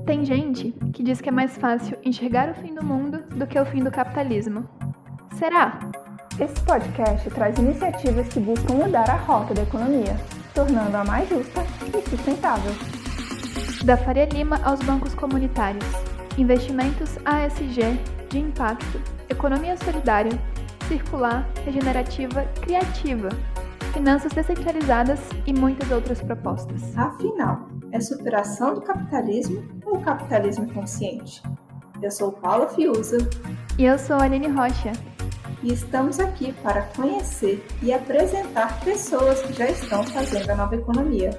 Tem gente que diz que é mais fácil enxergar o fim do mundo do que o fim do capitalismo. Será? Esse podcast traz iniciativas que buscam mudar a rota da economia, tornando-a mais justa e sustentável. Da Faria Lima aos bancos comunitários, investimentos ASG, de impacto, economia solidária, circular, regenerativa, criativa, finanças descentralizadas e muitas outras propostas. Afinal, é superação do capitalismo ou capitalismo consciente? Eu sou Paula Fiuza. E eu sou a Aline Rocha. E estamos aqui para conhecer e apresentar pessoas que já estão fazendo a nova economia.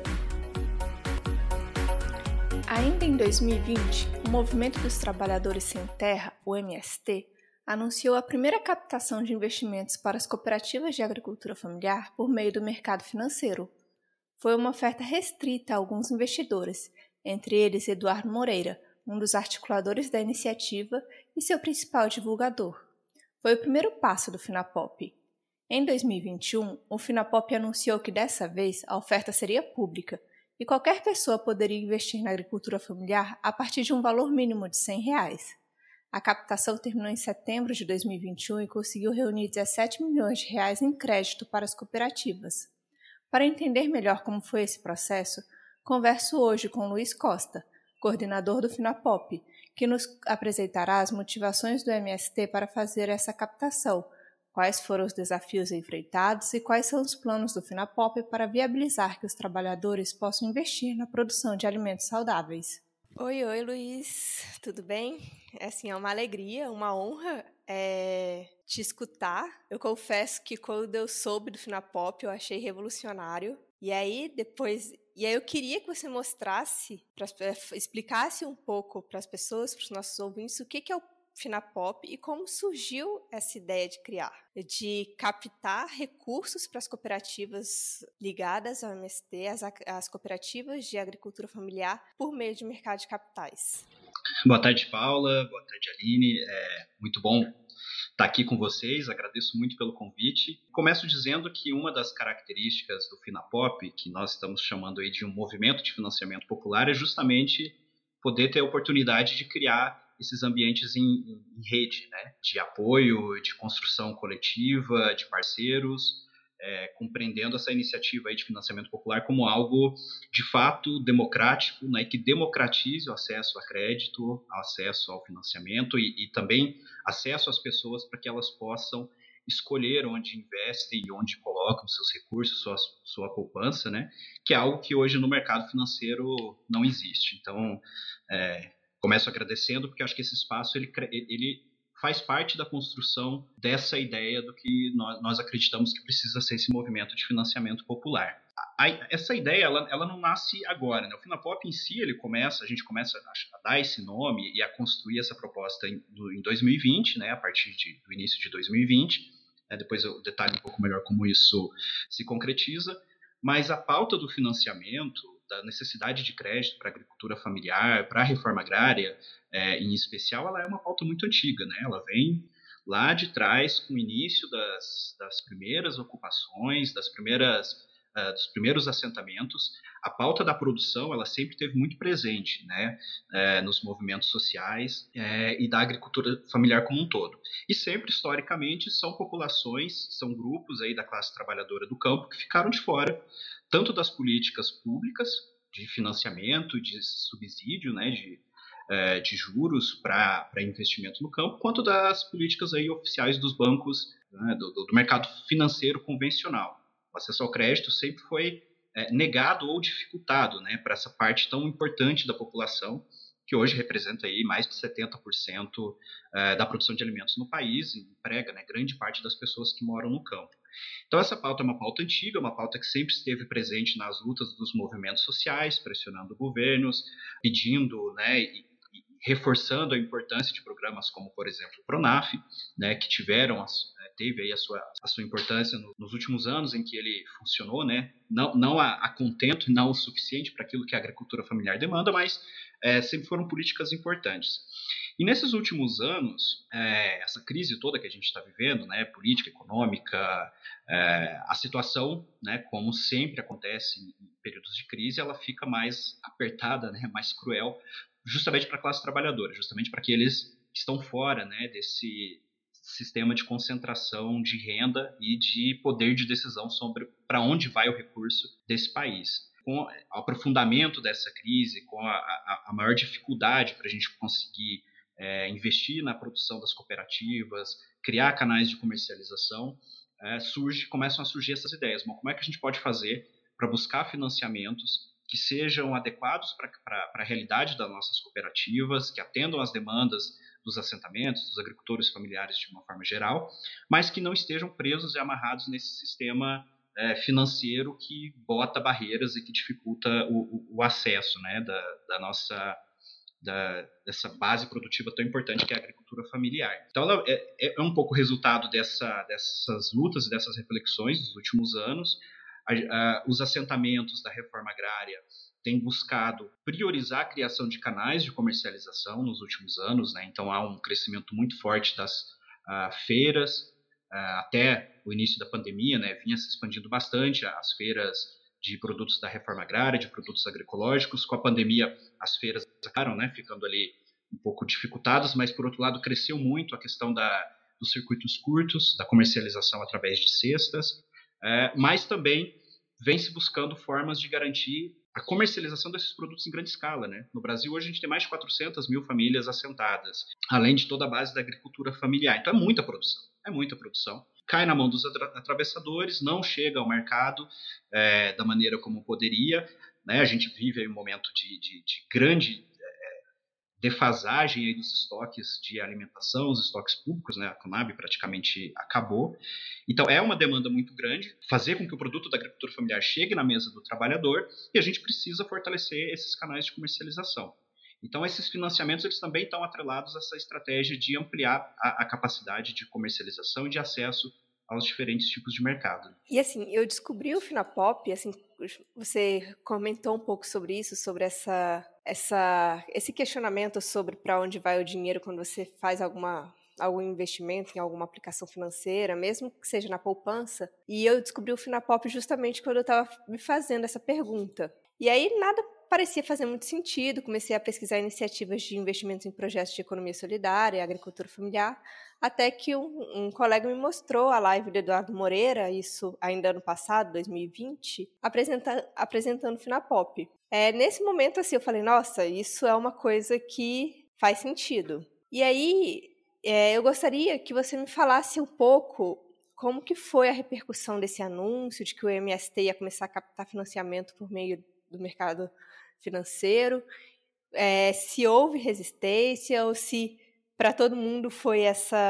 Ainda em 2020, o Movimento dos Trabalhadores Sem Terra, o MST, anunciou a primeira captação de investimentos para as cooperativas de agricultura familiar por meio do mercado financeiro. Foi uma oferta restrita a alguns investidores, entre eles Eduardo Moreira, um dos articuladores da iniciativa e seu principal divulgador. Foi o primeiro passo do Finapop. Em 2021, o Finapop anunciou que dessa vez a oferta seria pública e qualquer pessoa poderia investir na agricultura familiar a partir de um valor mínimo de R$100. A captação terminou em setembro de 2021 e conseguiu reunir R$17 milhões em crédito para as cooperativas. Para entender melhor como foi esse processo, converso hoje com Luiz Costa, coordenador do Finapop, que nos apresentará as motivações do MST para fazer essa captação, quais foram os desafios enfrentados e quais são os planos do Finapop para viabilizar que os trabalhadores possam investir na produção de alimentos saudáveis. Oi, Luiz, tudo bem? É uma alegria, uma honra te escutar. Eu confesso que quando eu soube do Finapop, eu achei revolucionário. E aí eu queria que você mostrasse, explicasse um pouco para as pessoas, para os nossos ouvintes, o que é o Finapop e como surgiu essa ideia de captar recursos para as cooperativas ligadas ao MST, as cooperativas de agricultura familiar, por meio de mercado de capitais. Boa tarde, Paula. Boa tarde, Aline. É muito bom estar aqui com vocês. Agradeço muito pelo convite. Começo dizendo que uma das características do Finapop, que nós estamos chamando aí de um movimento de financiamento popular, é justamente poder ter a oportunidade de criar esses ambientes em rede, né? De apoio, de construção coletiva, de parceiros, compreendendo essa iniciativa aí de financiamento popular como algo de fato democrático, né? Que democratize o acesso a crédito, acesso ao financiamento e também acesso às pessoas para que elas possam escolher onde investem e onde colocam seus recursos, sua poupança, né? Que é algo que hoje no mercado financeiro não existe. Então, começo agradecendo porque acho que esse espaço ele faz parte da construção dessa ideia do que nós acreditamos que precisa ser esse movimento de financiamento popular. Essa ideia ela não nasce agora, né? O Finapop em si a gente começa a dar esse nome e a construir essa proposta em 2020, né? A partir do início de 2020. Depois eu detalho um pouco melhor como isso se concretiza. Mas a pauta do financiamento, da necessidade de crédito para a agricultura familiar, para a reforma agrária, em especial, ela é uma pauta muito antiga, né? Ela vem lá de trás, com o início das primeiras ocupações, dos primeiros assentamentos. A pauta da produção, ela sempre esteve muito presente, né? Nos movimentos sociais e da agricultura familiar como um todo. E sempre, historicamente, são populações, são grupos aí da classe trabalhadora do campo que ficaram de fora, tanto das políticas públicas de financiamento, de subsídio, né, de juros para investimento no campo, quanto das políticas aí oficiais dos bancos, né, do mercado financeiro convencional. O acesso ao crédito sempre foi negado ou dificultado, né, para essa parte tão importante da população, que hoje representa aí mais de 70% da produção de alimentos no país, e emprega, né, grande parte das pessoas que moram no campo. Então essa pauta é uma pauta antiga, uma pauta que sempre esteve presente nas lutas dos movimentos sociais, pressionando governos, pedindo, né, e reforçando a importância de programas como, por exemplo, o Pronaf, né, que teve aí a sua importância nos últimos anos em que ele funcionou, né, não a contento, não o suficiente para aquilo que a agricultura familiar demanda, mas sempre foram políticas importantes. E nesses últimos anos, essa crise toda que a gente está vivendo, né, política, econômica, a situação, né, como sempre acontece em períodos de crise, ela fica mais apertada, né, mais cruel, justamente para a classe trabalhadora, justamente para aqueles que estão fora, né, desse sistema de concentração de renda e de poder de decisão sobre para onde vai o recurso desse país. Com o aprofundamento dessa crise, com a maior dificuldade para a gente conseguir investir na produção das cooperativas, criar canais de comercialização, começam a surgir essas ideias. Bom, como é que a gente pode fazer para buscar financiamentos que sejam adequados para a realidade das nossas cooperativas, que atendam às demandas dos assentamentos, dos agricultores familiares de uma forma geral, mas que não estejam presos e amarrados nesse sistema financeiro que bota barreiras e que dificulta o acesso, né, dessa base produtiva tão importante que é a agricultura familiar. Então, ela é um pouco resultado dessas lutas e dessas reflexões dos últimos anos. Os assentamentos da reforma agrária têm buscado priorizar a criação de canais de comercialização nos últimos anos, né? Então, há um crescimento muito forte das feiras. Até o início da pandemia, né, vinha se expandindo bastante as feiras de produtos da reforma agrária, de produtos agroecológicos. Com a pandemia, as feiras acabaram, né, ficando ali um pouco dificultadas, mas, por outro lado, cresceu muito a questão dos circuitos curtos, da comercialização através de cestas, mas também vem se buscando formas de garantir a comercialização desses produtos em grande escala, né? No Brasil, hoje, a gente tem mais de 400 mil famílias assentadas, além de toda a base da agricultura familiar. Então, é muita produção. Cai na mão dos atravessadores, não chega ao mercado da maneira como poderia, né? A gente vive aí um momento de grande defasagem aí dos estoques de alimentação, os estoques públicos, né? A Conab praticamente acabou. Então, é uma demanda muito grande fazer com que o produto da agricultura familiar chegue na mesa do trabalhador, e a gente precisa fortalecer esses canais de comercialização. Então, esses financiamentos eles também estão atrelados a essa estratégia de ampliar a capacidade de comercialização e de acesso aos diferentes tipos de mercado. E assim, eu descobri o Finapop, assim, você comentou um pouco sobre isso, sobre esse questionamento sobre para onde vai o dinheiro quando você faz algum investimento em alguma aplicação financeira, mesmo que seja na poupança. E eu descobri o Finapop justamente quando eu estava me fazendo essa pergunta. E aí nada parecia fazer muito sentido, comecei a pesquisar iniciativas de investimentos em projetos de economia solidária e agricultura familiar, até que um colega me mostrou a live do Eduardo Moreira, isso ainda ano passado, 2020, apresentando o Finapop. Nesse momento, assim, eu falei, nossa, isso é uma coisa que faz sentido. E aí, eu gostaria que você me falasse um pouco como que foi a repercussão desse anúncio de que o MST ia começar a captar financiamento por meio do mercado financeiro, se houve resistência ou se para todo mundo foi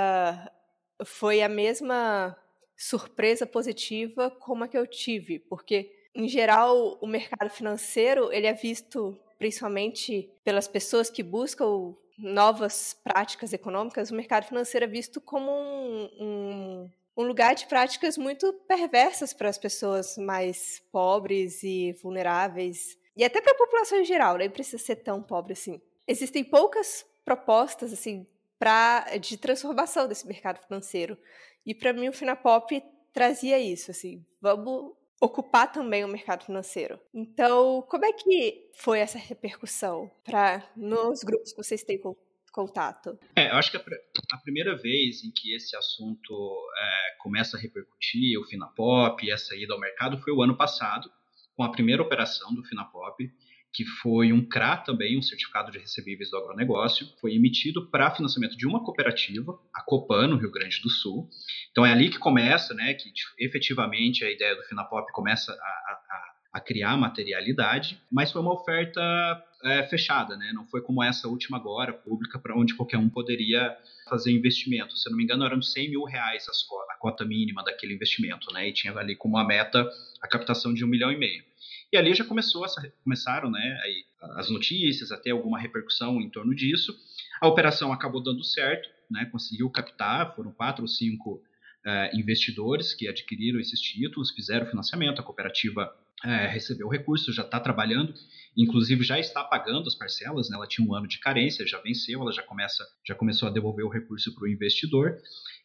a mesma surpresa positiva como a que eu tive, porque em geral o mercado financeiro ele é visto principalmente pelas pessoas que buscam novas práticas econômicas, o mercado financeiro é visto como um lugar de práticas muito perversas para as pessoas mais pobres e vulneráveis. E até para a população em geral, nem precisa ser tão pobre assim. Existem poucas propostas assim, de transformação desse mercado financeiro. E para mim o Finapop trazia isso, assim, vamos ocupar também o mercado financeiro. Então, como é que foi essa repercussão nos grupos que vocês têm contato? Eu acho que a primeira vez em que esse assunto começa a repercutir, o Finapop e essa ida ao mercado, foi o ano passado, com a primeira operação do Finapop, que foi um CRA também, um Certificado de Recebíveis do Agronegócio, foi emitido para financiamento de uma cooperativa, a Copan, no Rio Grande do Sul. Então é ali que começa, né, que efetivamente a ideia do Finapop começa a criar materialidade, mas foi uma oferta fechada, né? Não foi como essa última agora, pública, para onde qualquer um poderia fazer investimento. Se eu não me engano, eram R$100 mil a cota mínima daquele investimento, né? E tinha ali como a meta a captação de 1,5 milhão. E ali já começaram, né, aí, as notícias, até alguma repercussão em torno disso. A operação acabou dando certo, né? Conseguiu captar, foram 4 ou 5 investidores que adquiriram esses títulos, fizeram financiamento, a cooperativa recebeu o recurso, já está trabalhando, inclusive já está pagando as parcelas, né? Ela tinha 1 ano de carência, já venceu, ela já começou a devolver o recurso para o investidor.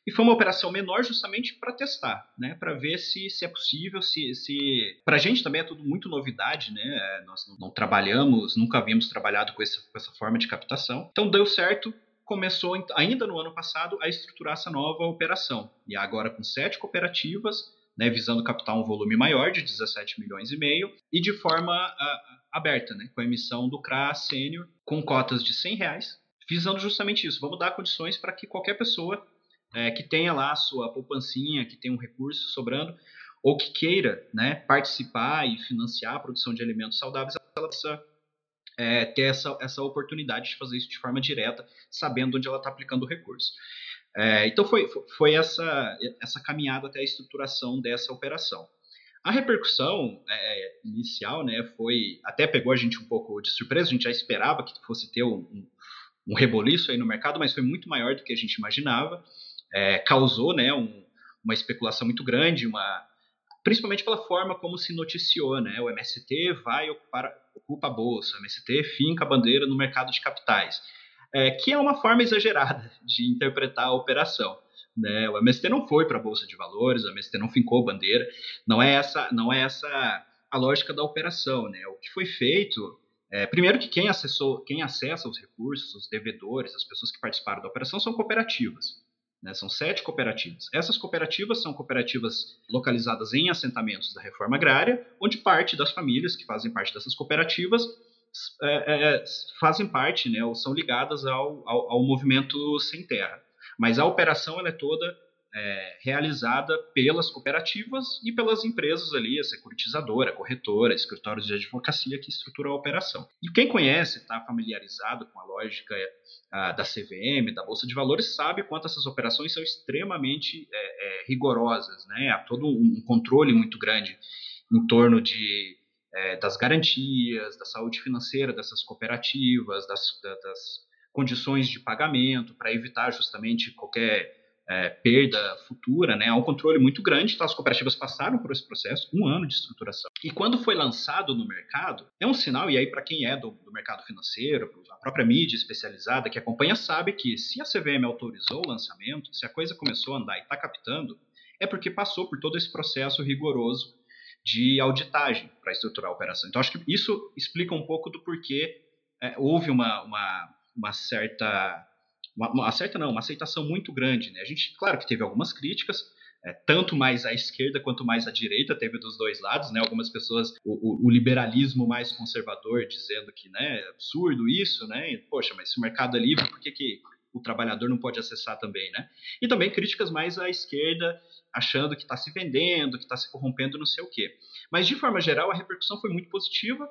E foi uma operação menor justamente para testar, né? Para ver se é possível, Para a gente também é tudo muito novidade, né? Nós não trabalhamos, nunca havíamos trabalhado com essa forma de captação. Então deu certo, começou ainda no ano passado a estruturar essa nova operação. E agora com 7 cooperativas, né, visando captar um volume maior de 17 milhões e meio e de forma aberta, né? Com a emissão do CRA Sênior com cotas de R$100, visando justamente isso. Vamos dar condições para que qualquer pessoa que tenha lá a sua poupancinha, que tenha um recurso sobrando, ou que queira, né, participar e financiar a produção de alimentos saudáveis, ela precisa ter essa oportunidade de fazer isso de forma direta, sabendo onde ela está aplicando o recurso. Então foi essa caminhada até a estruturação dessa operação. A repercussão inicial, né, até pegou a gente um pouco de surpresa, a gente já esperava que fosse ter um reboliço aí no mercado, mas foi muito maior do que a gente imaginava. Causou, né, uma especulação muito grande, principalmente pela forma como se noticiou, né? O MST ocupa a bolsa, o MST finca a bandeira no mercado de capitais, que é uma forma exagerada de interpretar a operação, né? O MST não foi para a bolsa de valores, o MST não fincou bandeira, não é essa a lógica da operação, né? O que foi feito, primeiro que quem acessa os recursos, os devedores, as pessoas que participaram da operação são cooperativas. Né, são 7 cooperativas. Essas cooperativas são cooperativas localizadas em assentamentos da reforma agrária, onde parte das famílias que fazem parte dessas cooperativas fazem parte, né, ou são ligadas ao movimento Sem Terra. Mas a operação ela é toda realizada pelas cooperativas e pelas empresas ali, a securitizadora, a corretora, escritórios de advocacia que estruturam a operação. E quem conhece, está familiarizado com a lógica da CVM, da Bolsa de Valores, sabe quanto essas operações são extremamente rigorosas, né? Há todo um controle muito grande em torno das garantias, da saúde financeira dessas cooperativas, das condições de pagamento, para evitar justamente qualquer perda futura, né? Há um controle muito grande, então as cooperativas passaram por esse processo, 1 ano de estruturação. E quando foi lançado no mercado, é um sinal, e aí para quem é do mercado financeiro, a própria mídia especializada que acompanha sabe que se a CVM autorizou o lançamento, se a coisa começou a andar e está captando, é porque passou por todo esse processo rigoroso de auditagem para estruturar a operação. Então acho que isso explica um pouco do porquê houve uma aceitação muito grande, né? A gente, claro que teve algumas críticas, tanto mais à esquerda quanto mais à direita, teve dos dois lados, né? Algumas pessoas, o liberalismo mais conservador, dizendo que, né, é absurdo isso, né? E, poxa, mas se o mercado é livre, por que o trabalhador não pode acessar também, né? E também críticas mais à esquerda, achando que está se vendendo, que está se corrompendo, não sei o quê. Mas, de forma geral, a repercussão foi muito positiva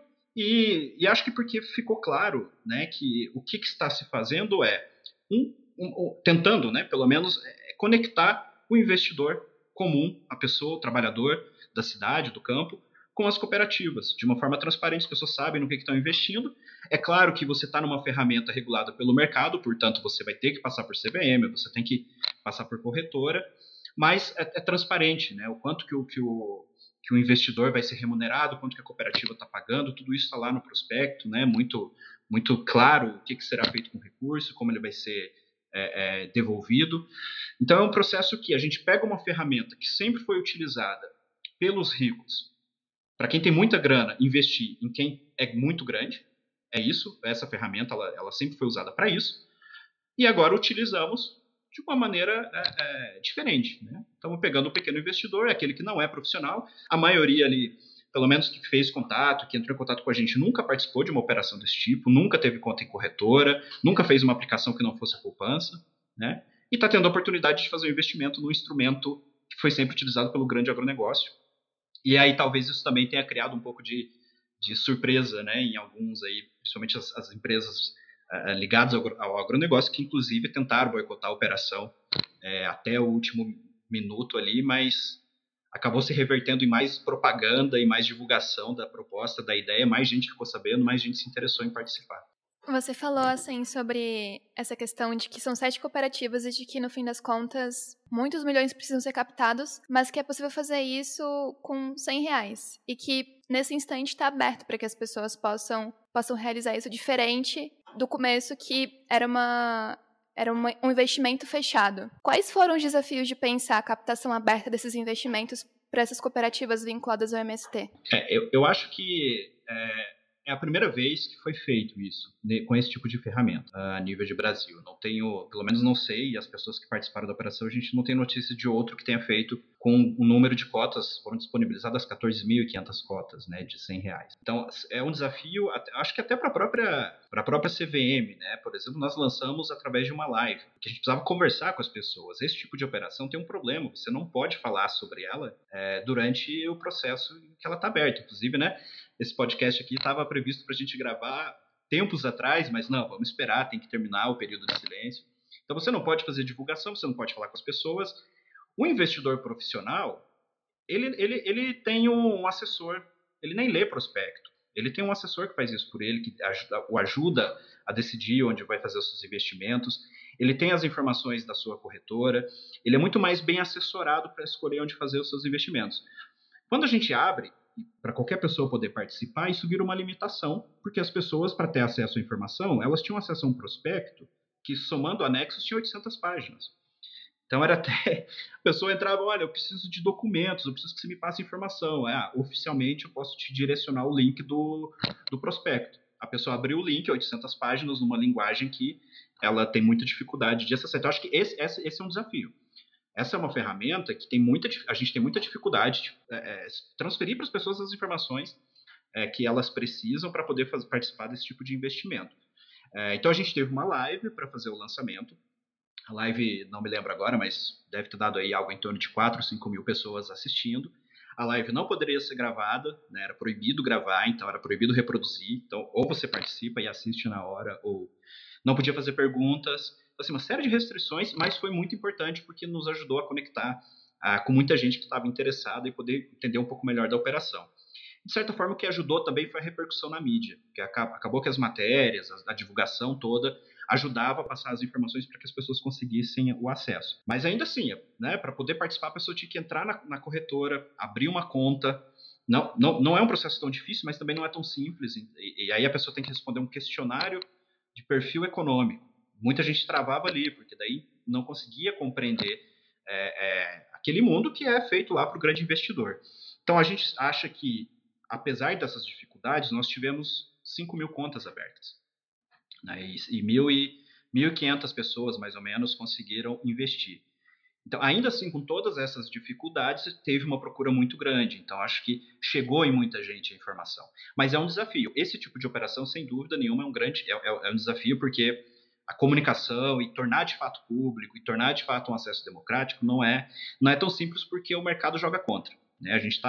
e acho que porque ficou claro, né, que o que está se fazendo tentando, né, pelo menos, conectar o investidor comum, a pessoa, o trabalhador da cidade, do campo, com as cooperativas, de uma forma transparente, as pessoas sabem no que estão investindo. É claro que você está numa ferramenta regulada pelo mercado, portanto, você vai ter que passar por CVM, você tem que passar por corretora, mas é transparente, né, o quanto que o investidor vai ser remunerado, quanto que a cooperativa está pagando, tudo isso está lá no prospecto, né, muito claro o que será feito com o recurso, como ele vai ser devolvido. Então é um processo que a gente pega uma ferramenta que sempre foi utilizada pelos ricos, para quem tem muita grana, investir em quem é muito grande, essa ferramenta ela sempre foi usada para isso, e agora utilizamos de uma maneira diferente, né? Estamos pegando o pequeno investidor, aquele que não é profissional, a maioria ali, pelo menos que fez contato, que entrou em contato com a gente, nunca participou de uma operação desse tipo, nunca teve conta em corretora, nunca fez uma aplicação que não fosse a poupança, né? E está tendo a oportunidade de fazer um investimento num instrumento que foi sempre utilizado pelo grande agronegócio. E aí talvez isso também tenha criado um pouco de surpresa, né, em alguns aí, principalmente as empresas ligadas ao agronegócio, que inclusive tentaram boicotar a operação até o último minuto ali, mas acabou se revertendo em mais propaganda e mais divulgação da proposta, da ideia, mais gente ficou sabendo, mais gente se interessou em participar. Você falou, assim, sobre essa questão de que são 7 cooperativas e de que, no fim das contas, muitos milhões precisam ser captados, mas que é possível fazer isso com R$100 e que, nesse instante, está aberto para que as pessoas possam realizar isso diferente do começo, que era Era um investimento fechado. Quais foram os desafios de pensar a captação aberta desses investimentos para essas cooperativas vinculadas ao MST? Eu acho que é a primeira vez que foi feito isso, com esse tipo de ferramenta, a nível de Brasil. Não tenho, pelo menos não sei, e as pessoas que participaram da operação, a gente não tem notícia de outro que tenha feito com um número de cotas, foram disponibilizadas 14.500 cotas, né, de R$100. Então, é um desafio, acho que até para a própria CVM, né, por exemplo, nós lançamos através de uma live, que a gente precisava conversar com as pessoas. Esse tipo de operação tem um problema, você não pode falar sobre ela durante o processo que ela está aberta. Inclusive, né, esse podcast aqui estava previsto para a gente gravar tempos atrás, mas não, vamos esperar, tem que terminar o período de silêncio. Então você não pode fazer divulgação, você não pode falar com as pessoas. O investidor profissional, ele tem um assessor, ele nem lê prospecto. Ele tem um assessor que faz isso por ele, que o ajuda a decidir onde vai fazer os seus investimentos. Ele tem as informações da sua corretora. Ele é muito mais bem assessorado para escolher onde fazer os seus investimentos. Quando a gente abre, para qualquer pessoa poder participar, isso vira uma limitação, porque as pessoas, para ter acesso à informação, elas tinham acesso a um prospecto que, somando anexos, tinha 800 páginas. Então, era até... A pessoa entrava, olha, eu preciso de documentos, eu preciso que você me passe informação. Oficialmente, eu posso te direcionar o link do prospecto. A pessoa abriu o link, 800 páginas, numa linguagem que ela tem muita dificuldade de acessar. Então, acho que esse é um desafio. Essa é uma ferramenta que a gente tem muita dificuldade de transferir para as pessoas as informações que elas precisam para poder participar desse tipo de investimento. Então, a gente teve uma live para fazer o lançamento. A live, não me lembro agora, mas deve ter dado aí algo em torno de 4 ou 5 mil pessoas assistindo. A live não poderia ser gravada, né? Era proibido gravar, então era proibido reproduzir. Então, ou você participa e assiste na hora, ou não podia fazer perguntas. Assim, uma série de restrições, mas foi muito importante porque nos ajudou a conectar com muita gente que estava interessada e poder entender um pouco melhor da operação. De certa forma, o que ajudou também foi a repercussão na mídia, que acabou que as matérias, a divulgação toda, ajudava a passar as informações para que as pessoas conseguissem o acesso. Mas ainda assim, né, para poder participar, a pessoa tinha que entrar na corretora, abrir uma conta. Não é um processo tão difícil, mas também não é tão simples. E aí a pessoa tem que responder um questionário de perfil econômico. Muita gente travava ali, porque daí não conseguia compreender aquele mundo que é feito lá para o grande investidor. Então, a gente acha que, apesar dessas dificuldades, nós tivemos 5 mil contas abertas. Né, e 1.500 pessoas, mais ou menos, conseguiram investir. Então, ainda assim, com todas essas dificuldades, teve uma procura muito grande. Então, acho que chegou em muita gente a informação. Mas é um desafio. Esse tipo de operação, sem dúvida nenhuma, é um desafio, porque a comunicação e tornar de fato público e tornar de fato um acesso democrático não é tão simples, porque o mercado joga contra. Né? A gente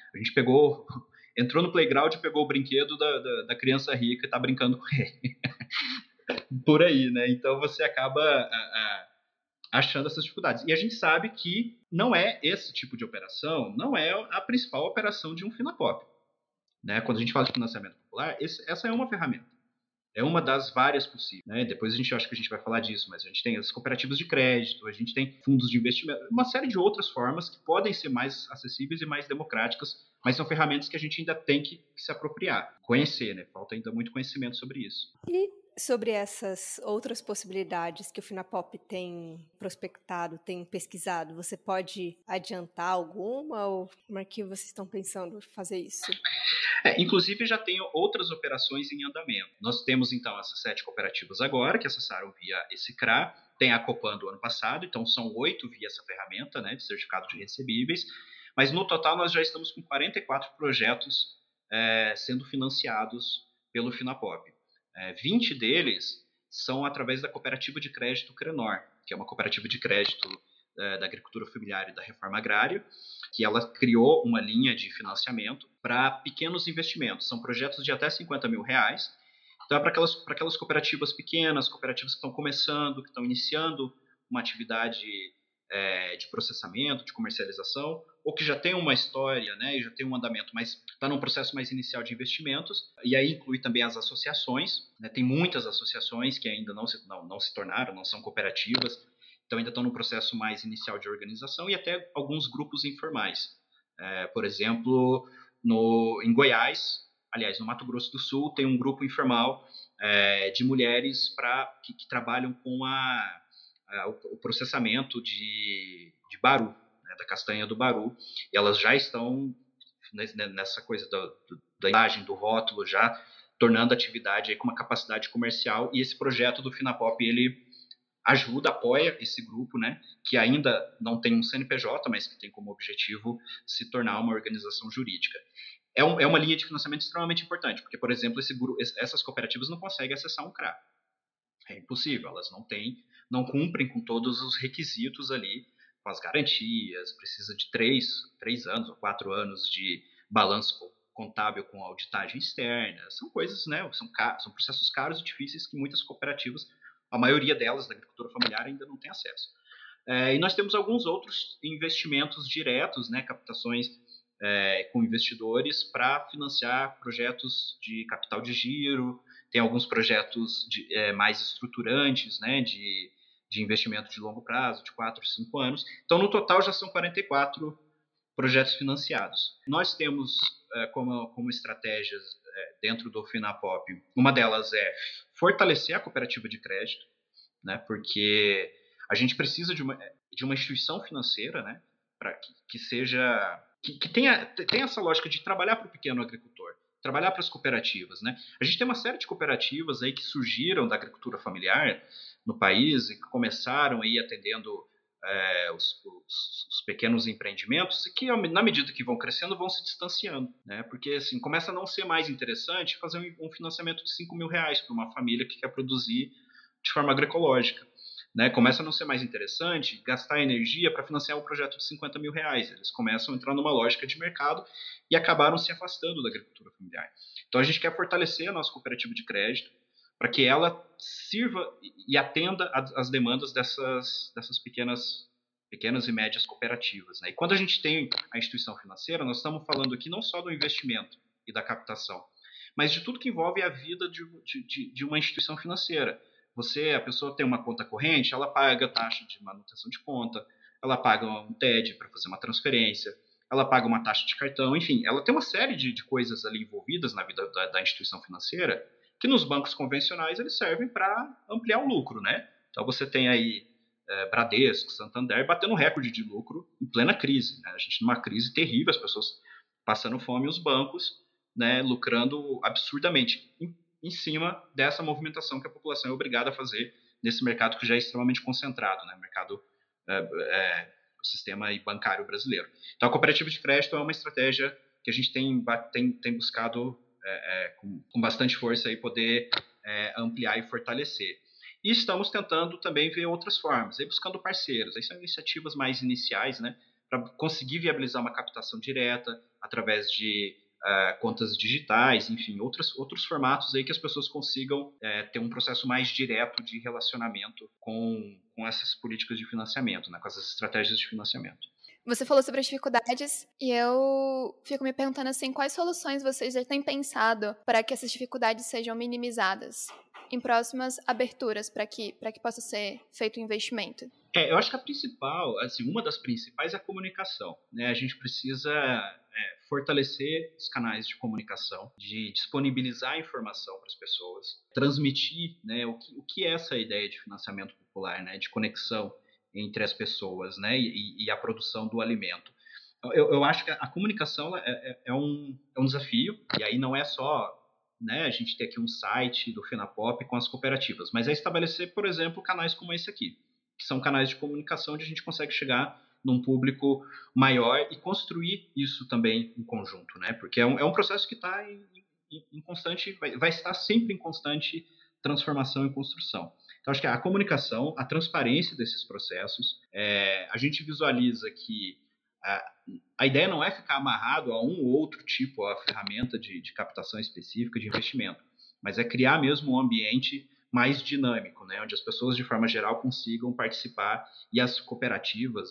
entrou no playground e pegou o brinquedo da criança rica e está brincando com ele. Por aí, né? Então você acaba achando essas dificuldades. E a gente sabe que não é esse tipo de operação, não é a principal operação de um FINAPOP. Né? Quando a gente fala de financiamento popular, essa é uma ferramenta. É uma das várias possíveis. Né? Depois acho que a gente vai falar disso, mas a gente tem as cooperativas de crédito, a gente tem fundos de investimento, uma série de outras formas que podem ser mais acessíveis e mais democráticas, mas são ferramentas que a gente ainda tem que se apropriar, conhecer, né? Falta ainda muito conhecimento sobre isso. E sobre essas outras possibilidades que o FINAPOP tem prospectado, tem pesquisado, você pode adiantar alguma ou como é que vocês estão pensando fazer isso? Inclusive, já tem outras operações em andamento. Nós temos, então, essas 7 cooperativas agora, que acessaram via esse CRA, tem a Copan do ano passado, então são 8 via essa ferramenta, né, de certificado de recebíveis, mas no total nós já estamos com 44 projetos sendo financiados pelo FINAPOP. 20 deles são através da cooperativa de crédito Crenor, que é uma cooperativa de crédito da agricultura familiar e da reforma agrária, que ela criou uma linha de financiamento para pequenos investimentos. São projetos de até R$50 mil. Então, é para aquelas cooperativas pequenas, cooperativas que estão começando, que estão iniciando uma atividade de processamento, de comercialização, ou que já tem uma história, né, e já tem um andamento, mas está num processo mais inicial de investimentos. E aí inclui também as associações. Né, tem muitas associações que ainda não se tornaram, não são cooperativas, então ainda estão no processo mais inicial de organização, e até alguns grupos informais. Por exemplo, em Goiás, Aliás, no Mato Grosso do Sul tem um grupo informal de mulheres que trabalham com o processamento de baru, né, da castanha do baru. E elas já estão nessa coisa da imagem, do rótulo, já tornando a atividade aí com uma capacidade comercial. E esse projeto do Finapop, ele ajuda, apoia esse grupo, né, que ainda não tem um CNPJ, mas que tem como objetivo se tornar uma organização jurídica. É uma linha de financiamento extremamente importante, porque, por exemplo, essas cooperativas não conseguem acessar um CRA. É impossível, elas não cumprem com todos os requisitos ali, com as garantias, precisa de 3 anos ou 4 anos de balanço contábil com auditagem externa. São coisas, né, são processos caros e difíceis que muitas cooperativas, a maioria delas da agricultura familiar, ainda não tem acesso. E nós temos alguns outros investimentos diretos, né, captações com investidores para financiar projetos de capital de giro, tem alguns projetos mais estruturantes, né, de investimento de longo prazo, de 4, 5 anos. Então, no total, já são 44 projetos financiados. Nós temos como estratégias dentro do Finapop, uma delas é fortalecer a cooperativa de crédito, né, porque a gente precisa de uma instituição financeira, né, para que seja... que tenha essa lógica de trabalhar para o pequeno agricultor, trabalhar para as cooperativas, né? A gente tem uma série de cooperativas aí que surgiram da agricultura familiar no país e que começaram aí atendendo os pequenos empreendimentos e que, na medida que vão crescendo, vão se distanciando, né? Porque assim, começa a não ser mais interessante fazer um financiamento de R$5.000 para uma família que quer produzir de forma agroecológica. Né, começa a não ser mais interessante gastar energia para financiar um projeto de R$50.000. Eles começam a entrar numa lógica de mercado e acabaram se afastando da agricultura familiar. Então, a gente quer fortalecer a nossa cooperativa de crédito para que ela sirva e atenda às demandas dessas pequenas e médias cooperativas. Né? E quando a gente tem a instituição financeira, nós estamos falando aqui não só do investimento e da captação, mas de tudo que envolve a vida de uma instituição financeira. A pessoa tem uma conta corrente, ela paga taxa de manutenção de conta, ela paga um TED para fazer uma transferência, ela paga uma taxa de cartão, enfim, ela tem uma série de coisas ali envolvidas na vida da instituição financeira que nos bancos convencionais eles servem para ampliar o lucro, né? Então você tem aí Bradesco, Santander batendo recorde de lucro em plena crise, né? A gente numa crise terrível, as pessoas passando fome e os bancos, né, lucrando absurdamente em cima dessa movimentação que a população é obrigada a fazer nesse mercado que já é extremamente concentrado, né? O mercado, o sistema bancário brasileiro. Então, a cooperativa de crédito é uma estratégia que a gente tem buscado com bastante força aí poder ampliar e fortalecer. E estamos tentando também ver outras formas, aí buscando parceiros. Aí são iniciativas mais iniciais, né? Para conseguir viabilizar uma captação direta através de contas digitais, enfim, outros formatos aí que as pessoas consigam ter um processo mais direto de relacionamento com essas políticas de financiamento, né, com essas estratégias de financiamento. Você falou sobre as dificuldades e eu fico me perguntando assim, quais soluções vocês já têm pensado para que essas dificuldades sejam minimizadas em próximas aberturas para que possa ser feito o investimento? Eu acho que a principal, assim, uma das principais é a comunicação, né? A gente precisa fortalecer os canais de comunicação, de disponibilizar informação para as pessoas, transmitir, né, o que é essa ideia de financiamento popular, né, de conexão entre as pessoas, né, e a produção do alimento. Eu acho que a comunicação é um desafio, e aí não é só, né, a gente ter aqui um site do Finapop com as cooperativas, mas é estabelecer, por exemplo, canais como esse aqui, que são canais de comunicação onde a gente consegue chegar num público maior e construir isso também em conjunto, né? Porque é um processo que está em constante, vai estar sempre em constante transformação e construção. Então, acho que a comunicação, a transparência desses processos, a gente visualiza que a ideia não é ficar amarrado a um ou outro tipo, a ferramenta de captação específica, de investimento, mas é criar mesmo um ambiente mais dinâmico, né, onde as pessoas, de forma geral, consigam participar e as cooperativas,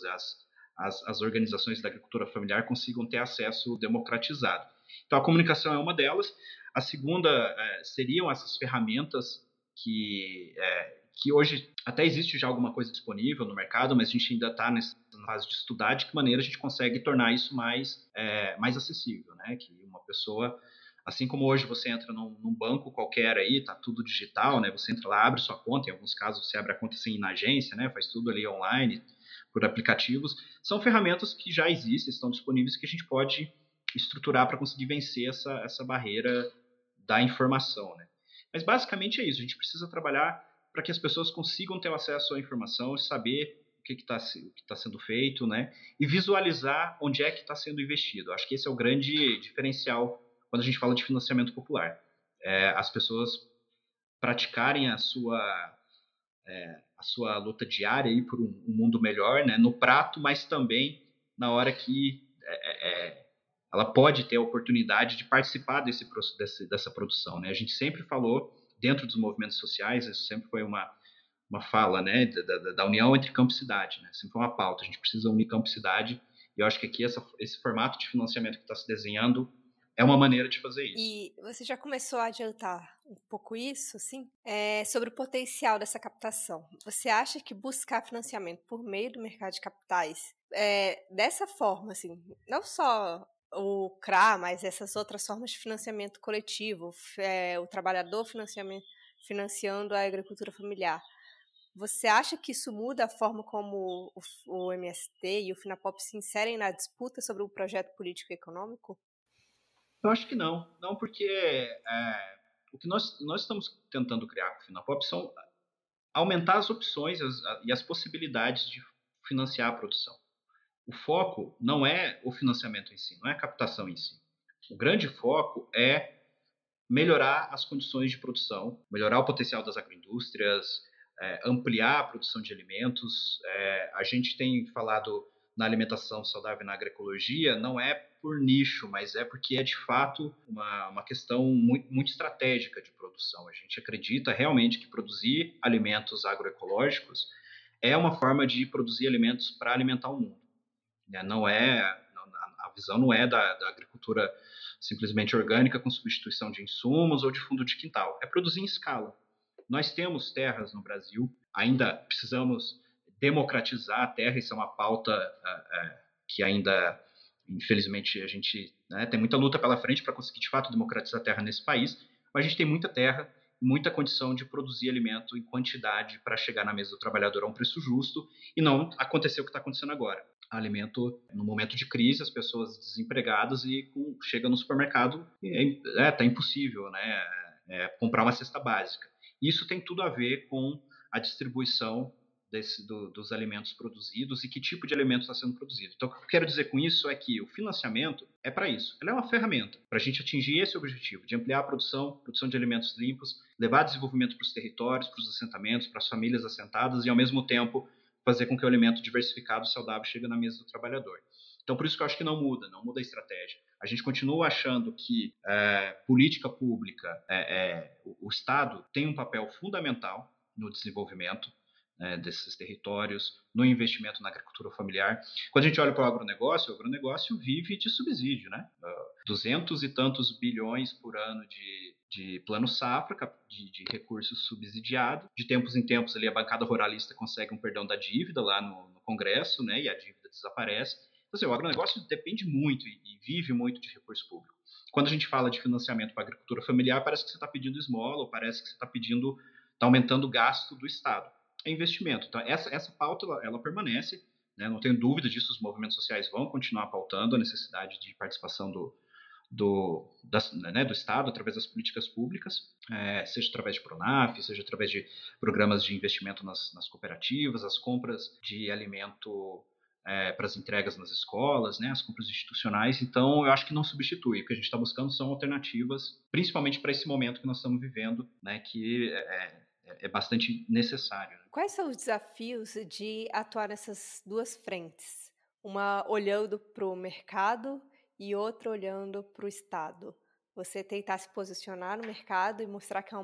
as organizações da agricultura familiar consigam ter acesso democratizado. Então, a comunicação é uma delas. A segunda seriam essas ferramentas que hoje até existe já alguma coisa disponível no mercado, mas a gente ainda está nessa fase de estudar de que maneira a gente consegue tornar isso mais acessível, né? Que uma pessoa Assim como hoje você entra num banco qualquer aí, tá tudo digital, né? Você entra lá, abre sua conta, em alguns casos você abre a conta sem ir na agência, né? Faz tudo ali online, por aplicativos. São ferramentas que já existem, estão disponíveis, que a gente pode estruturar para conseguir vencer essa barreira da informação, né? Mas basicamente é isso, a gente precisa trabalhar para que as pessoas consigam ter acesso à informação, saber o que está sendo feito, né? E visualizar onde é que está sendo investido. Acho que esse é o grande diferencial quando a gente fala de financiamento popular. As pessoas praticarem a sua luta diária aí por um mundo melhor, né? No prato, mas também na hora que ela pode ter a oportunidade de participar dessa produção, né? A gente sempre falou, dentro dos movimentos sociais, isso sempre foi uma fala, né, da união entre campo e cidade, né? Sempre foi uma pauta, a gente precisa unir campo e cidade, e eu acho que aqui esse formato de financiamento que está se desenhando é uma maneira de fazer isso. E você já começou a adiantar um pouco isso, assim, sobre o potencial dessa captação. Você acha que buscar financiamento por meio do mercado de capitais, dessa forma, assim, não só o CRA, mas essas outras formas de financiamento coletivo, o trabalhador financiando a agricultura familiar, você acha que isso muda a forma como o MST e o FINAPOP se inserem na disputa sobre o projeto político e econômico? Eu acho que não. Não, porque o que nós estamos tentando criar com o FINAPOP são aumentar as opções e as possibilidades de financiar a produção. O foco não é o financiamento em si, não é a captação em si. O grande foco é melhorar as condições de produção, melhorar o potencial das agroindústrias, ampliar a produção de alimentos. A gente tem falado na alimentação saudável e na agroecologia, não é por nicho, mas é porque é de fato uma questão muito, muito estratégica de produção. A gente acredita realmente que produzir alimentos agroecológicos é uma forma de produzir alimentos para alimentar o mundo. Não é, a visão não é da agricultura simplesmente orgânica com substituição de insumos ou de fundo de quintal. É produzir em escala. Nós temos terras no Brasil, ainda precisamos democratizar a terra, isso é uma pauta que ainda, infelizmente, a gente tem muita luta pela frente para conseguir, de fato, democratizar a terra nesse país, mas a gente tem muita terra, muita condição de produzir alimento em quantidade para chegar na mesa do trabalhador a um preço justo e não acontecer o que está acontecendo agora. Alimento no momento de crise, as pessoas desempregadas e chega no supermercado e tá impossível, né? Comprar uma cesta básica. Isso tem tudo a ver com a distribuição dos alimentos produzidos e que tipo de alimento está sendo produzido. Então, o que eu quero dizer com isso é que o financiamento é para isso. Ele é uma ferramenta para a gente atingir esse objetivo, de ampliar a produção de alimentos limpos, levar desenvolvimento para os territórios, para os assentamentos, para as famílias assentadas e, ao mesmo tempo, fazer com que o alimento diversificado e saudável chegue na mesa do trabalhador. Então, por isso que eu acho que não muda a estratégia. A gente continua achando que política pública, o Estado tem um papel fundamental no desenvolvimento desses territórios, no investimento na agricultura familiar. Quando a gente olha para o agronegócio vive de subsídio, né? 200 e tantos bilhões por ano de plano safra, de recursos subsidiados. De tempos em tempos, ali, a bancada ruralista consegue um perdão da dívida lá no Congresso, né? E a dívida desaparece. Então, assim, o agronegócio depende muito e vive muito de recurso público. Quando a gente fala de financiamento para a agricultura familiar, parece que você está pedindo esmola, ou parece que você está aumentando o gasto do Estado. É investimento. Então, essa pauta ela permanece, né? Não tenho dúvida disso, os movimentos sociais vão continuar pautando a necessidade de participação do Estado através das políticas públicas, seja através de Pronaf, seja através de programas de investimento nas cooperativas, as compras de alimento para as entregas nas escolas, né, as compras institucionais. Então, eu acho que não substitui. O que a gente está buscando são alternativas, principalmente para esse momento que nós estamos vivendo, né, que é bastante necessário. Quais são os desafios de atuar nessas duas frentes? Uma olhando para o mercado e outra olhando para o Estado. Você tentar se posicionar no mercado e mostrar que é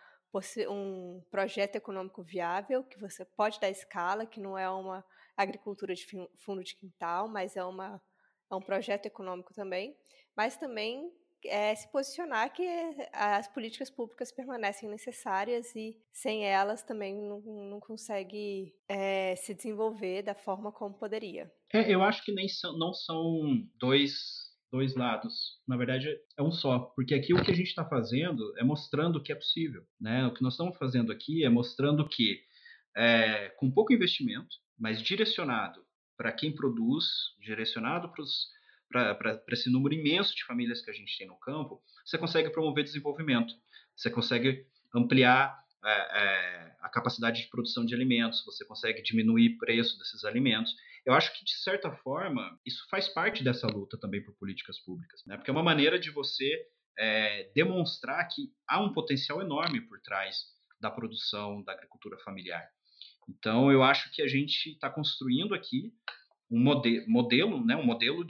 um projeto econômico viável, que você pode dar escala, que não é uma agricultura de fundo de quintal, mas é um projeto econômico também, mas também se posicionar que as políticas públicas permanecem necessárias e sem elas também não consegue se desenvolver da forma como poderia. Eu acho que não são dois dois lados. Na verdade, é um só. Porque aqui o que a gente está fazendo é mostrando que é possível, né? O que nós estamos fazendo aqui é mostrando que, com pouco investimento, mas direcionado para quem produz, direcionado para esse número imenso de famílias que a gente tem no campo, você consegue promover desenvolvimento, você consegue ampliar a capacidade de produção de alimentos, você consegue diminuir o preço desses alimentos. Eu acho que, de certa forma, isso faz parte dessa luta também por políticas públicas, né? Porque é uma maneira de você demonstrar que há um potencial enorme por trás da produção da agricultura familiar. Então, eu acho que a gente está construindo aqui um modelo, né? Um modelo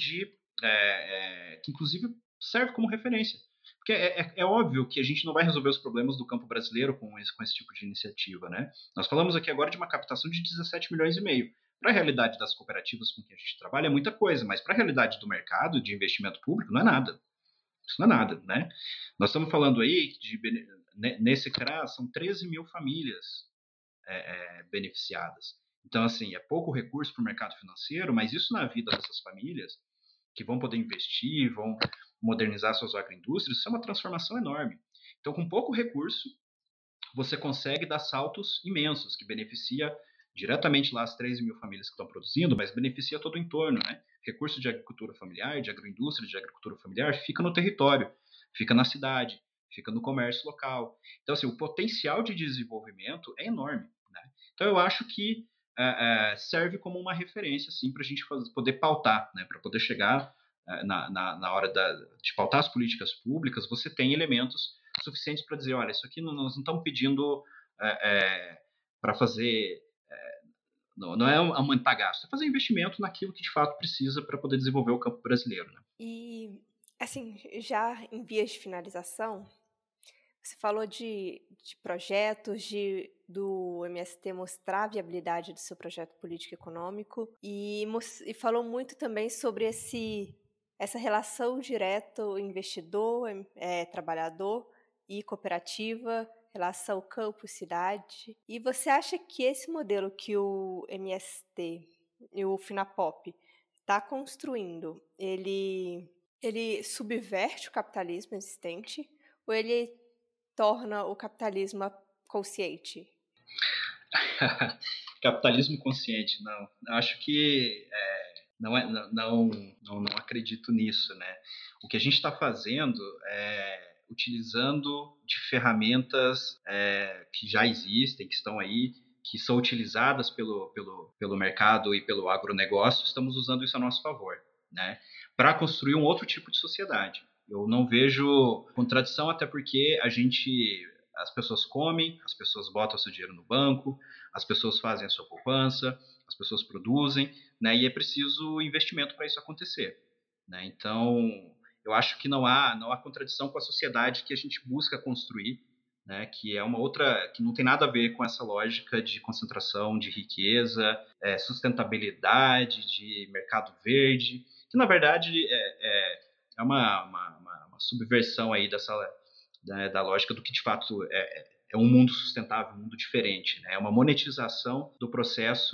que, inclusive, serve como referência. Porque é óbvio que a gente não vai resolver os problemas do campo brasileiro com esse tipo de iniciativa, né? Nós falamos aqui agora de uma captação de 17 milhões e meio. Para a realidade das cooperativas com que a gente trabalha é muita coisa, mas para a realidade do mercado de investimento público não é nada. Isso não é nada, né? Nós estamos falando aí nesse CRA são 13 mil famílias beneficiadas. Então, assim, é pouco recurso para o mercado financeiro, mas isso na vida dessas famílias que vão poder investir, vão modernizar suas agroindústrias, isso é uma transformação enorme. Então, com pouco recurso, você consegue dar saltos imensos, que beneficia diretamente lá as 13 mil famílias que estão produzindo, mas beneficia todo o entorno, né? Recurso de agricultura familiar, de agroindústria, de agricultura familiar, fica no território, fica na cidade, fica no comércio local. Então, assim, o potencial de desenvolvimento é enorme, né? Então, eu acho que serve como uma referência, assim, para a gente poder pautar, né? Para poder chegar na hora de pautar as políticas públicas, você tem elementos suficientes para dizer, olha, isso aqui nós não estamos pedindo para fazer, não é aumentar gasto, é fazer investimento naquilo que de fato precisa para poder desenvolver o campo brasileiro. Né? E, assim, já em vias de finalização, você falou de projetos, do MST mostrar a viabilidade do seu projeto político-econômico e falou muito também sobre essa relação direta investidor, trabalhador e cooperativa, relação campo-cidade. E você acha que esse modelo que o MST e o Finapop está construindo, ele subverte o capitalismo existente ou ele torna o capitalismo consciente? Capitalismo consciente, não. Eu acho que não acredito nisso, né? O que a gente está fazendo é utilizando de ferramentas que já existem, que estão aí, que são utilizadas pelo mercado e pelo agronegócio, estamos usando isso a nosso favor, né? Para construir um outro tipo de sociedade. Eu não vejo contradição, até porque as pessoas comem, as pessoas botam seu dinheiro no banco, as pessoas fazem a sua poupança, as pessoas produzem, né? E é preciso investimento para isso acontecer, né? Então, eu acho que não há contradição com a sociedade que a gente busca construir, né? Que é uma outra, que não tem nada a ver com essa lógica de concentração de riqueza, sustentabilidade, de mercado verde, que na verdade é uma subversão aí da lógica do que de fato é um mundo sustentável, um mundo diferente, né? É uma monetização do processo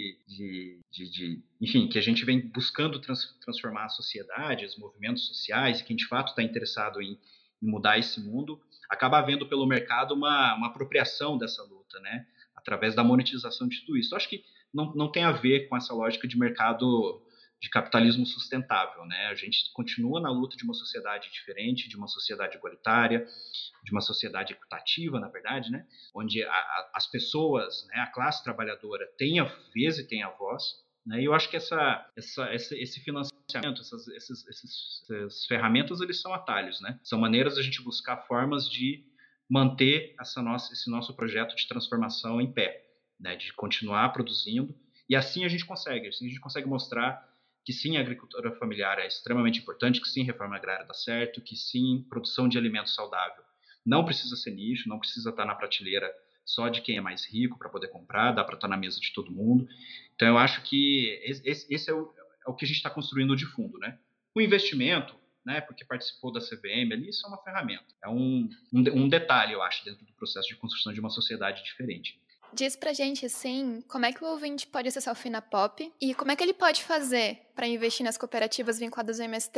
enfim, que a gente vem buscando transformar a sociedade, os movimentos sociais, e quem de fato está interessado em mudar esse mundo, acaba havendo pelo mercado uma apropriação dessa luta, né? Através da monetização de tudo isso. Eu acho que não tem a ver com essa lógica de mercado de capitalismo sustentável, né? A gente continua na luta de uma sociedade diferente, de uma sociedade igualitária, de uma sociedade equitativa, na verdade, né? Onde as pessoas, né, a classe trabalhadora tem a vez e tem a voz, né? E eu acho que esse financiamento, essas ferramentas, eles são atalhos, né? São maneiras de a gente buscar formas de manter esse nosso projeto de transformação em pé, né? De continuar produzindo, e assim a gente consegue mostrar que sim, a agricultura familiar é extremamente importante, que sim, reforma agrária dá certo, que sim, produção de alimento saudável não precisa ser nicho, não precisa estar na prateleira só de quem é mais rico para poder comprar, dá para estar na mesa de todo mundo. Então, eu acho que esse é o que a gente está construindo de fundo, né? O investimento, né, porque participou da CVM ali, isso é uma ferramenta. É um detalhe, eu acho, dentro do processo de construção de uma sociedade diferente. Diz pra gente, assim, como é que o ouvinte pode acessar o Finapop e como é que ele pode fazer para investir nas cooperativas vinculadas ao MST?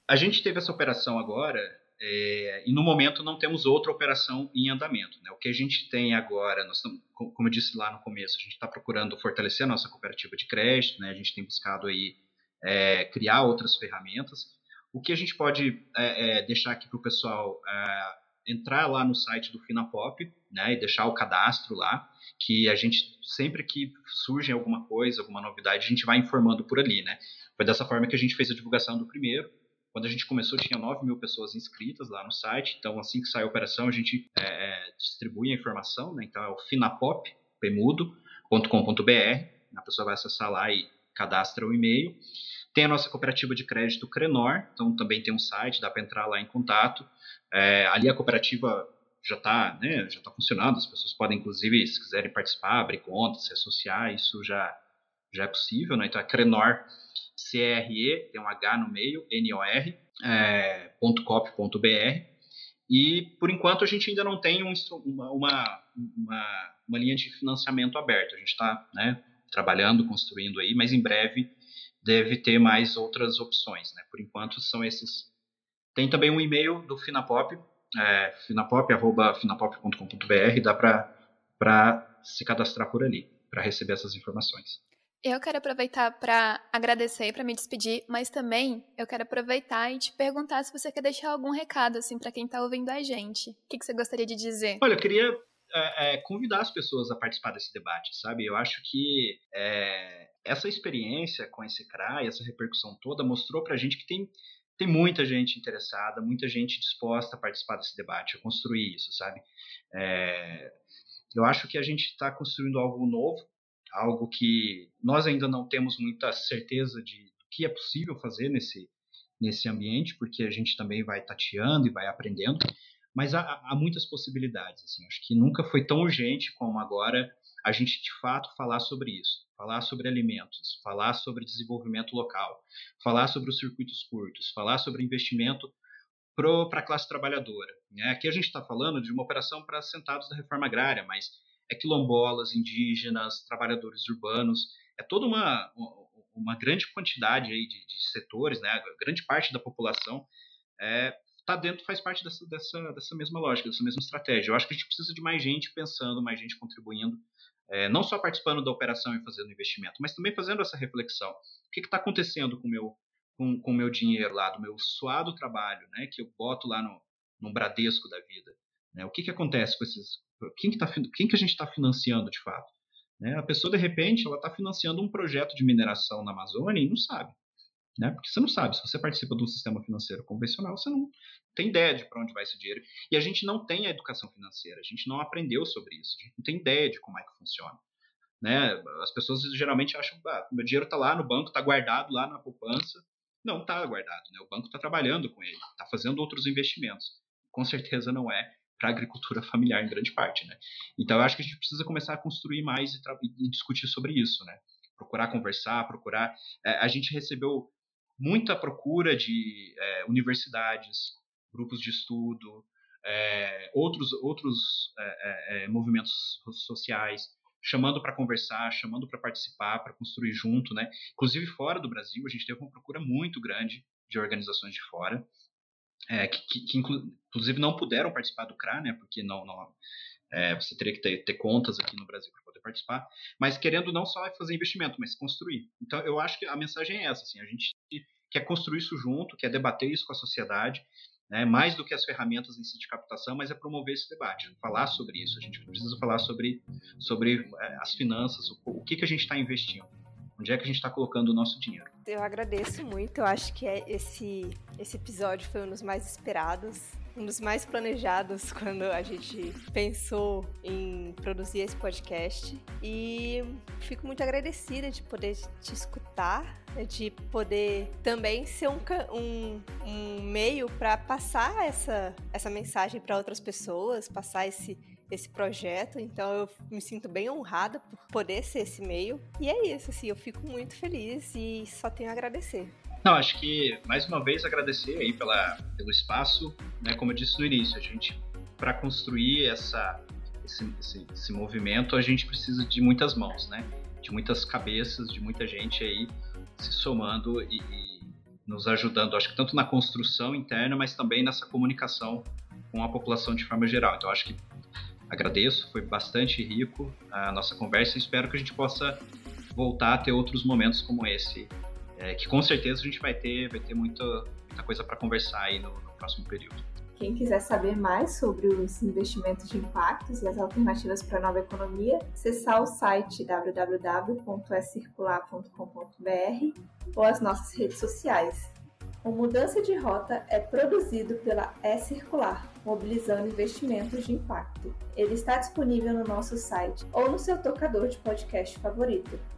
A gente teve essa operação agora, e no momento não temos outra operação em andamento, né? O que a gente tem agora, nós estamos, como eu disse lá no começo, a gente está procurando fortalecer a nossa cooperativa de crédito, né? A gente tem buscado aí criar outras ferramentas. O que a gente pode deixar aqui para o pessoal entrar lá no site do Finapop, né, e deixar o cadastro lá, que a gente, sempre que surge alguma coisa, alguma novidade, a gente vai informando por ali, né? Foi dessa forma que a gente fez a divulgação do primeiro. Quando a gente começou, tinha 9.000 pessoas inscritas lá no site, então assim que sai a operação, a gente distribui a informação, né? Então é o finapop.com.br, a pessoa vai acessar lá e cadastra o e-mail. Tem a nossa cooperativa de crédito Crenor, então também tem um site, dá para entrar lá em contato. Ali a cooperativa já está funcionando, as pessoas podem, inclusive, se quiserem participar, abrir contas, se associar, isso já é possível, né? Então é Crenor, CRE, tem um H no meio, NOR, .cop.br. E, por enquanto, a gente ainda não tem uma linha de financiamento aberta. A gente está, né, trabalhando, construindo aí, mas em breve deve ter mais outras opções, né? Por enquanto são esses. Tem também um e-mail do Finapop, finapop.com.br, dá para se cadastrar por ali, para receber essas informações. Eu quero aproveitar para agradecer e para me despedir, mas também eu quero aproveitar e te perguntar se você quer deixar algum recado assim, para quem está ouvindo a gente. O que você gostaria de dizer? Olha, eu queria convidar as pessoas a participar desse debate, sabe? Eu acho que essa experiência com esse CRA e essa repercussão toda mostrou para a gente que tem muita gente interessada, muita gente disposta a participar desse debate, a construir isso, sabe? Eu acho que a gente está construindo algo novo, algo que nós ainda não temos muita certeza de que é possível fazer nesse ambiente, porque a gente também vai tateando e vai aprendendo, mas há muitas possibilidades. Assim, acho que nunca foi tão urgente como agora a gente, de fato, falar sobre isso, falar sobre alimentos, falar sobre desenvolvimento local, falar sobre os circuitos curtos, falar sobre investimento para a classe trabalhadora. Né? Aqui a gente está falando de uma operação para assentados da reforma agrária, mas quilombolas, indígenas, trabalhadores urbanos, toda uma grande quantidade aí de setores, né? Grande parte da população faz parte dessa mesma lógica, dessa mesma estratégia. Eu acho que a gente precisa de mais gente pensando, mais gente contribuindo, não só participando da operação e fazendo investimento, mas também fazendo essa reflexão. O que está acontecendo com o meu dinheiro lá, do meu suado trabalho, né? Que eu boto lá no Bradesco da vida. Né? O que acontece com esses... Quem que a gente está financiando de fato? Né? A pessoa, de repente, ela está financiando um projeto de mineração na Amazônia e não sabe. Né? Porque você não sabe, se você participa de um sistema financeiro convencional, você não tem ideia de para onde vai esse dinheiro. E a gente não tem a educação financeira, a gente não aprendeu sobre isso, a gente não tem ideia de como é que funciona. Né? As pessoas geralmente acham que meu dinheiro está lá no banco, está guardado lá na poupança. Não está guardado, né? O banco está trabalhando com ele, está fazendo outros investimentos. Com certeza não é para a agricultura familiar em grande parte, né? Então eu acho que a gente precisa começar a construir mais e discutir sobre isso, né? Procurar conversar, a gente recebeu muita procura de universidades, grupos de estudo, outros movimentos sociais, chamando para conversar, chamando para participar, para construir junto, né? Inclusive fora do Brasil, a gente teve uma procura muito grande de organizações de fora, que inclusive não puderam participar do CRA, né? Porque você teria que ter contas aqui no Brasil para poder participar, mas querendo não só fazer investimento, mas construir. Então eu acho que a mensagem é essa, assim, a gente quer construir isso junto, quer debater isso com a sociedade, né, mais do que as ferramentas em si de captação, mas é promover esse debate, falar sobre isso. A gente precisa falar sobre as finanças, o que a gente está investindo, onde é que a gente está colocando o nosso dinheiro. Eu agradeço muito, eu acho que esse episódio foi um dos mais esperados, um dos mais planejados quando a gente pensou em produzir esse podcast, e fico muito agradecida de poder te escutar, de poder também ser um meio para passar essa mensagem para outras pessoas, passar esse projeto. Então eu me sinto bem honrada por poder ser esse meio, e é isso, assim, eu fico muito feliz e só tenho a agradecer. Não, acho que, mais uma vez, agradecer aí pelo espaço, né? Como eu disse no início, a gente, para construir esse movimento, a gente precisa de muitas mãos, né? De muitas cabeças, de muita gente aí se somando e nos ajudando, acho que tanto na construção interna, mas também nessa comunicação com a população de forma geral. Então, acho que agradeço, foi bastante rico a nossa conversa e espero que a gente possa voltar a ter outros momentos como esse, que com certeza a gente vai ter muita coisa para conversar aí no próximo período. Quem quiser saber mais sobre os investimentos de impactos e as alternativas para a nova economia, acessar o site www.ecircular.com.br ou as nossas redes sociais. O Mudança de Rota é produzido pela Ecircular, mobilizando investimentos de impacto. Ele está disponível no nosso site ou no seu tocador de podcast favorito.